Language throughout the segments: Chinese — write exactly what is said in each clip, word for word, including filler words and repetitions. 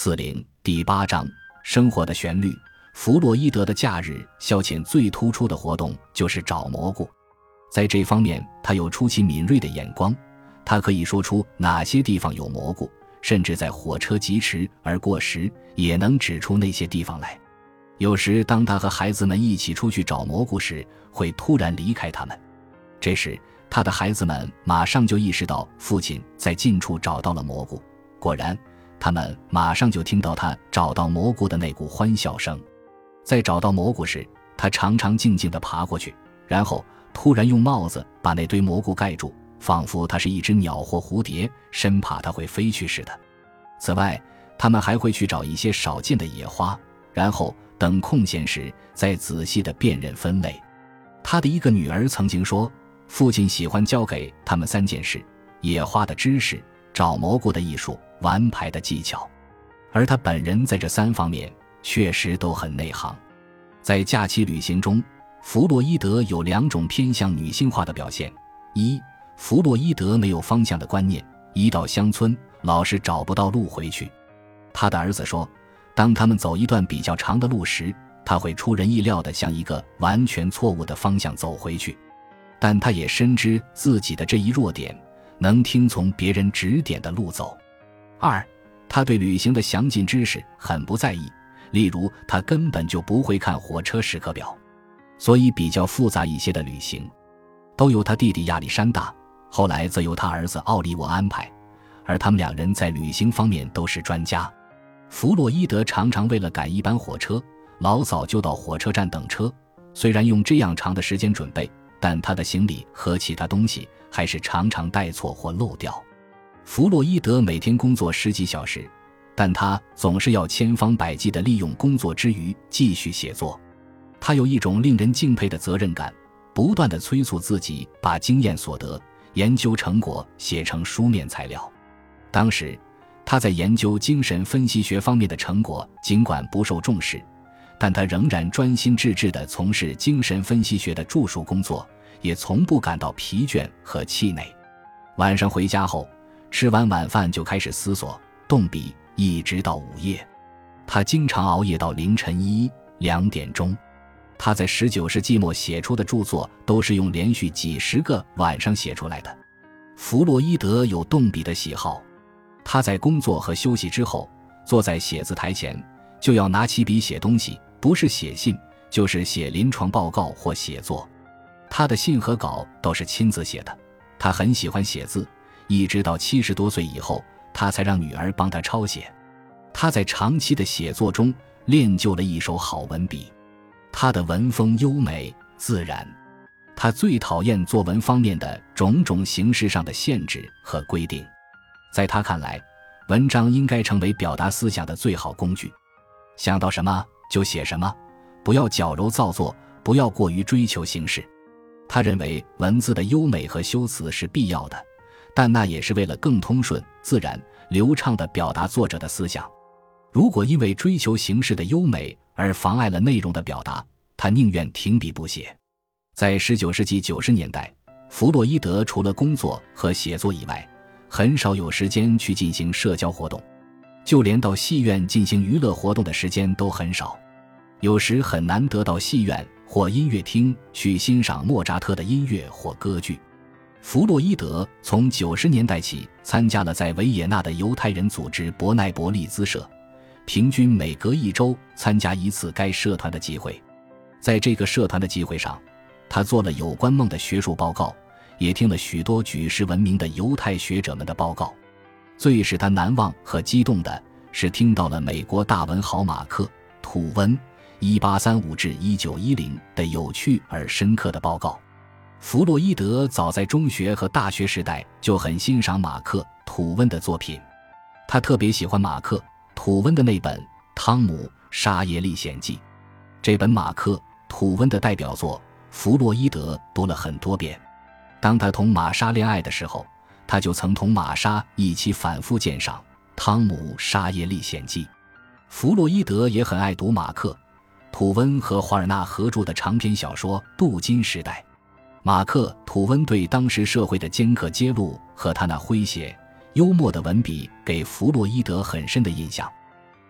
四零第八章生活的旋律。弗洛伊德的假日消遣最突出的活动就是找蘑菇，在这方面他有出奇敏锐的眼光，他可以说出哪些地方有蘑菇，甚至在火车疾驰而过时也能指出那些地方来。有时当他和孩子们一起出去找蘑菇时，会突然离开他们，这时他的孩子们马上就意识到父亲在近处找到了蘑菇，果然他们马上就听到他找到蘑菇的那股欢笑声。在找到蘑菇时，他常常静静地爬过去，然后突然用帽子把那堆蘑菇盖住，仿佛它是一只鸟或蝴蝶，生怕它会飞去似的。此外，他们还会去找一些少见的野花，然后等空闲时再仔细地辨认分类。他的一个女儿曾经说，父亲喜欢教给他们三件事：野花的知识、找蘑菇的艺术、玩牌的技巧。而他本人在这三方面确实都很内行。在假期旅行中，弗洛伊德有两种偏向女性化的表现：一，弗洛伊德没有方向的观念，一到乡村老是找不到路回去。他的儿子说，当他们走一段比较长的路时，他会出人意料地向一个完全错误的方向走回去，但他也深知自己的这一弱点，能听从别人指点的路走。二，他对旅行的详尽知识很不在意，例如他根本就不会看火车时刻表，所以比较复杂一些的旅行都由他弟弟亚历山大，后来则由他儿子奥利沃安排，而他们两人在旅行方面都是专家。弗洛伊德常常为了赶一班火车，老早就到火车站等车，虽然用这样长的时间准备，但他的行李和其他东西还是常常带错或漏掉。弗洛伊德每天工作十几小时，但他总是要千方百计地利用工作之余继续写作。他有一种令人敬佩的责任感，不断地催促自己把经验所得、研究成果写成书面材料。当时他在研究精神分析学方面的成果尽管不受重视，但他仍然专心致志地从事精神分析学的著述工作，也从不感到疲倦和气馁。晚上回家后，吃完晚饭就开始思索动笔，一直到午夜。他经常熬夜到凌晨一两点钟。他在十九世纪末写出的著作都是用连续几十个晚上写出来的。弗洛伊德有动笔的喜好，他在工作和休息之后，坐在写字台前，就要拿起笔写东西，不是写信，就是写临床报告或写作。他的信和稿都是亲自写的。他很喜欢写字，一直到七十多岁以后，他才让女儿帮他抄写。他在长期的写作中练就了一手好文笔。他的文风优美自然，他最讨厌作文方面的种种形式上的限制和规定。在他看来，文章应该成为表达思想的最好工具，想到什么就写什么，不要矫揉造作，不要过于追求形式。他认为文字的优美和修辞是必要的，但那也是为了更通顺、自然、流畅地表达作者的思想。如果因为追求形式的优美而妨碍了内容的表达，他宁愿停笔不写。在十九世纪九十年代，弗洛伊德除了工作和写作以外，很少有时间去进行社交活动，就连到戏院进行娱乐活动的时间都很少，有时很难得到戏院或音乐厅去欣赏莫扎特的音乐或歌剧。弗洛伊德从九十年代起参加了在维也纳的犹太人组织伯奈伯利兹社，平均每隔一周参加一次该社团的集会。在这个社团的集会上，他做了有关梦的学术报告，也听了许多举世闻名的犹太学者们的报告。最使他难忘和激动的是听到了美国大文豪马克·吐温一八三五至一九一零的有趣而深刻的报告。弗洛伊德早在中学和大学时代就很欣赏马克·吐温的作品，他特别喜欢马克·吐温的那本《汤姆·沙耶历险记》。这本马克·吐温的代表作，弗洛伊德读了很多遍。当他同玛莎恋爱的时候，他就曾同玛莎一起反复鉴赏《汤姆·沙耶历险记》。弗洛伊德也很爱读马克·吐温和华尔纳合著的长篇小说《镀金时代》。马克·吐温对当时社会的尖刻揭露和他那诙谐幽默的文笔给弗洛伊德很深的印象。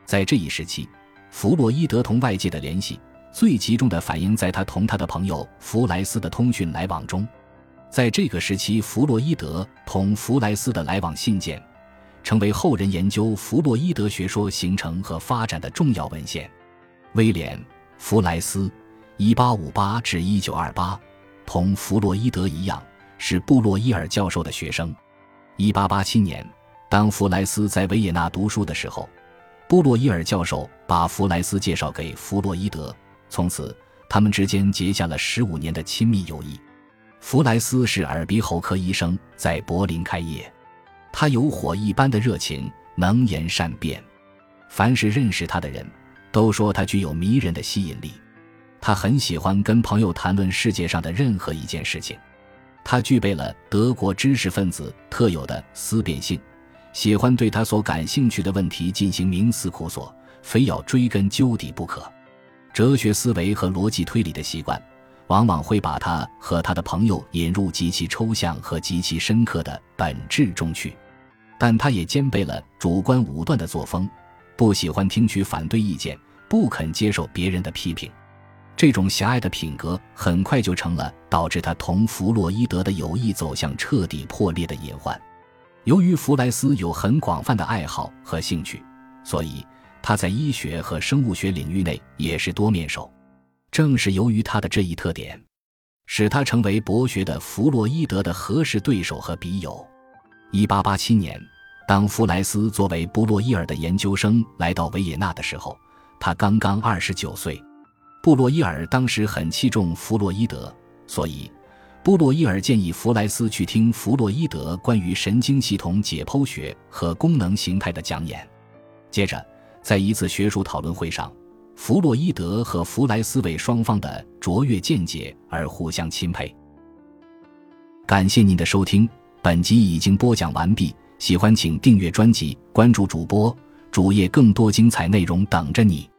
在这一时期，弗洛伊德同外界的联系最集中地反映在他同他的朋友弗莱斯的通讯来往中。在这个时期，弗洛伊德同弗莱斯的来往信件成为后人研究弗洛伊德学说形成和发展的重要文献。威廉·弗莱斯 一八五八至一九二八 同弗洛伊德一样，是布洛伊尔教授的学生。一八八七年，当弗莱斯在维也纳读书的时候，布洛伊尔教授把弗莱斯介绍给弗洛伊德，从此他们之间结下了十五年的亲密友谊。弗莱斯是耳鼻喉科医生，在柏林开业。他有火一般的热情，能言善辩，凡是认识他的人都说他具有迷人的吸引力。他很喜欢跟朋友谈论世界上的任何一件事情。他具备了德国知识分子特有的思辨性，喜欢对他所感兴趣的问题进行冥思苦索，非要追根究底不可。哲学思维和逻辑推理的习惯往往会把他和他的朋友引入极其抽象和极其深刻的本质中去，但他也兼备了主观武断的作风，不喜欢听取反对意见，不肯接受别人的批评。这种狭隘的品格很快就成了导致他同弗洛伊德的友谊走向彻底破裂的隐患。由于弗莱斯有很广泛的爱好和兴趣，所以他在医学和生物学领域内也是多面手。正是由于他的这一特点，使他成为博学的弗洛伊德的合适对手和笔友。一八八七年，当弗莱斯作为布洛伊尔的研究生来到维也纳的时候，他刚刚二十九岁。布洛伊尔当时很器重弗洛伊德，所以布洛伊尔建议弗莱斯去听弗洛伊德关于神经系统解剖学和功能形态的讲演。接着，在一次学术讨论会上，弗洛伊德和弗莱斯为双方的卓越见解而互相钦佩。感谢您的收听，本集已经播讲完毕，喜欢请订阅专辑，关注主播，主页更多精彩内容等着你。